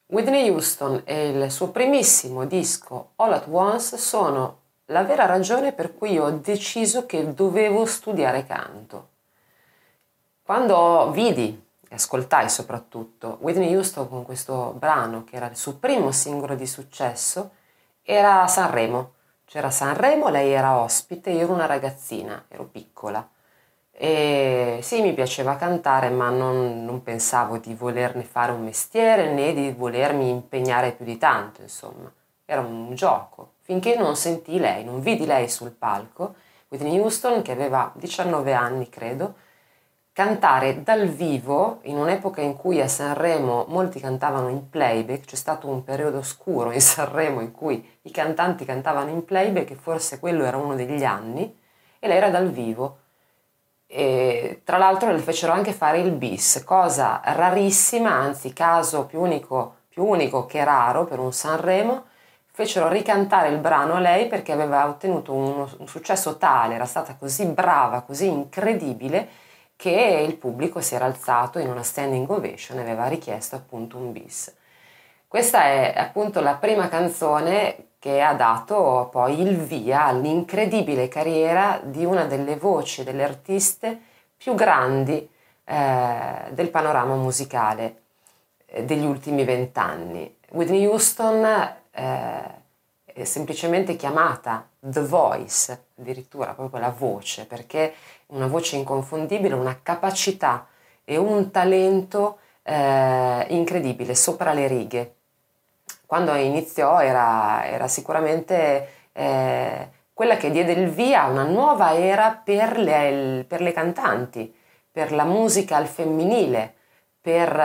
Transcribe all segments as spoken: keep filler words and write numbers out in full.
Whitney Houston e il suo primissimo disco All at Once sono la vera ragione per cui ho deciso che dovevo studiare canto. Quando vidi e ascoltai soprattutto Whitney Houston con questo brano, che era il suo primo singolo di successo, era a Sanremo. C'era Sanremo, lei era ospite, io ero una ragazzina, ero piccola. E sì, mi piaceva cantare, ma non, non pensavo di volerne fare un mestiere né di volermi impegnare più di tanto, insomma. Era un gioco, finché non sentii lei, non vidi lei sul palco, Whitney Houston, che aveva diciannove anni, credo, cantare dal vivo in un'epoca in cui a Sanremo molti cantavano in playback. C'è stato un periodo oscuro in Sanremo in cui i cantanti cantavano in playback e forse quello era uno degli anni, e lei era dal vivo. E tra l'altro le fecero anche fare il bis, cosa rarissima, anzi caso più unico, più unico che raro per un Sanremo. Fecero ricantare il brano a lei perché aveva ottenuto uno, un successo tale, era stata così brava, così incredibile, che il pubblico si era alzato in una standing ovation e aveva richiesto appunto un bis. Questa è appunto la prima canzone che ha dato poi il via all'incredibile carriera di una delle voci, delle artiste più grandi eh, del panorama musicale eh, degli ultimi vent'anni. Whitney Houston eh, è semplicemente chiamata The Voice, addirittura proprio la voce, perché una voce inconfondibile, una capacità e un talento eh, incredibile, sopra le righe. Quando iniziò era, era sicuramente eh, quella che diede il via a una nuova era per le, per le cantanti, per la musica al femminile, per,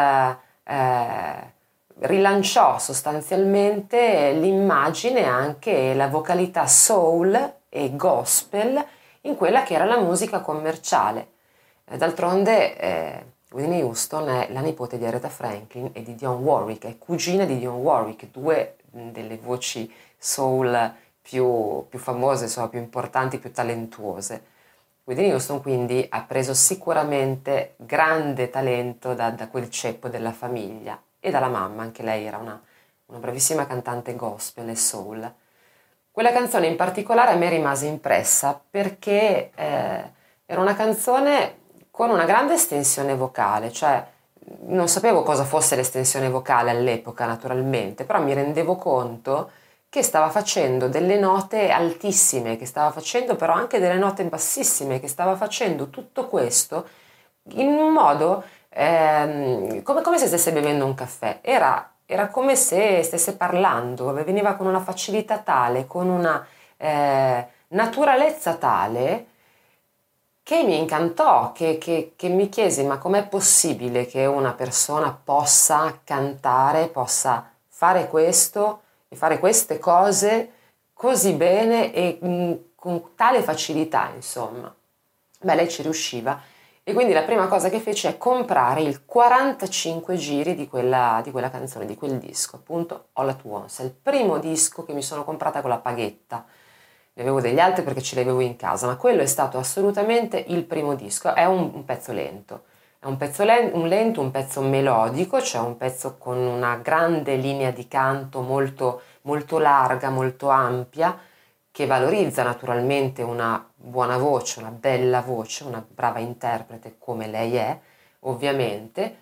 eh, rilanciò sostanzialmente l'immagine anche la vocalità soul e gospel in quella che era la musica commerciale. D'altronde eh, Whitney Houston è la nipote di Aretha Franklin e di Dionne Warwick, è cugina di Dionne Warwick, due delle voci soul più, più famose, insomma, più importanti, più talentuose. Whitney Houston quindi ha preso sicuramente grande talento da, da quel ceppo della famiglia e dalla mamma, anche lei era una, una bravissima cantante gospel e soul. Quella canzone in particolare a me rimase impressa perché eh, era una canzone con una grande estensione vocale, cioè non sapevo cosa fosse l'estensione vocale all'epoca naturalmente, però mi rendevo conto che stava facendo delle note altissime, che stava facendo però anche delle note bassissime, che stava facendo tutto questo in un modo ehm, come, come se stesse bevendo un caffè. Era, era come se stesse parlando, veniva con una facilità tale, con una eh, naturalezza tale che mi incantò, che, che, che mi chiesi ma com'è possibile che una persona possa cantare, possa fare questo e fare queste cose così bene e mh, con tale facilità, insomma. Beh, lei ci riusciva e quindi la prima cosa che fece è comprare il quarantacinque giri di quella, di quella canzone, di quel disco, appunto All at Once. È il primo disco che mi sono comprata con la paghetta. Ne avevo degli altri perché ce li avevo in casa, ma quello è stato assolutamente il primo disco. È un, un pezzo lento, è un pezzo lento, un lento, un pezzo melodico, cioè un pezzo con una grande linea di canto molto, molto larga, molto ampia, che valorizza naturalmente una buona voce, una bella voce, una brava interprete come lei è, ovviamente,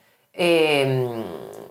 e,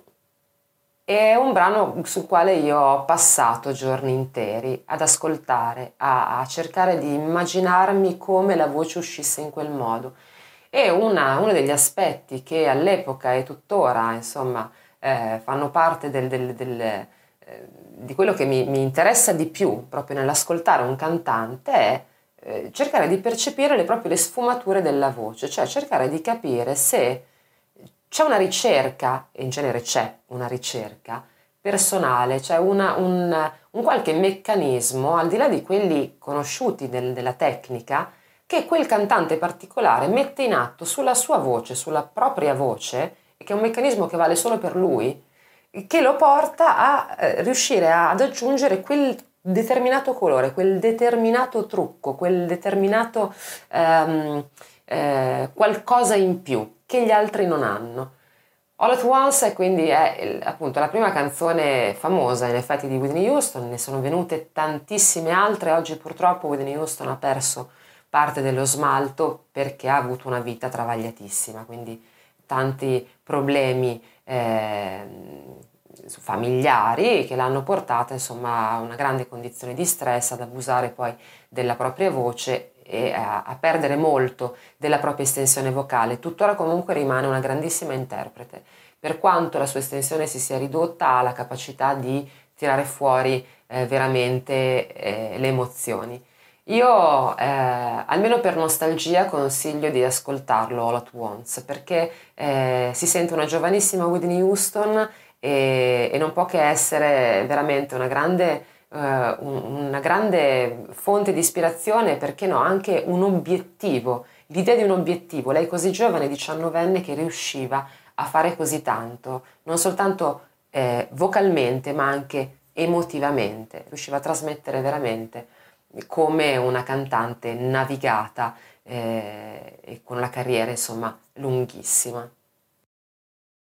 è un brano sul quale io ho passato giorni interi ad ascoltare, a, a cercare di immaginarmi come la voce uscisse in quel modo. E una, uno degli aspetti che all'epoca e tuttora, insomma, eh, fanno parte del, del, del, eh, di quello che mi, mi interessa di più proprio nell'ascoltare un cantante è eh, cercare di percepire le, proprio le sfumature della voce, cioè cercare di capire se c'è una ricerca, e in genere c'è una ricerca personale, cioè una, un, un qualche meccanismo, al di là di quelli conosciuti del, della tecnica, che quel cantante particolare mette in atto sulla sua voce, sulla propria voce, e che è un meccanismo che vale solo per lui, che lo porta a eh, riuscire a, ad aggiungere quel determinato colore, quel determinato trucco, quel determinato ehm, eh, qualcosa in più che gli altri non hanno. All at Once è quindi è il- appunto la prima canzone famosa in effetti di Whitney Houston, ne sono venute tantissime altre, oggi purtroppo Whitney Houston ha perso parte dello smalto perché ha avuto una vita travagliatissima, quindi tanti problemi ehm, familiari che l'hanno portata insomma a una grande condizione di stress, ad abusare poi della propria voce e a, a perdere molto della propria estensione vocale. Tuttora comunque rimane una grandissima interprete, per quanto la sua estensione si sia ridotta, ha la capacità di tirare fuori eh, veramente eh, le emozioni. Io, eh, almeno per nostalgia, consiglio di ascoltarlo All at Once, perché eh, si sente una giovanissima Whitney Houston e, e non può che essere veramente una grande, eh, un- una grande fonte di ispirazione, perché no, anche un obiettivo, l'idea di un obiettivo. Lei così giovane, diciannovenne, che riusciva a fare così tanto, non soltanto eh, vocalmente, ma anche emotivamente, riusciva a trasmettere veramente come una cantante navigata eh, e con una carriera insomma lunghissima.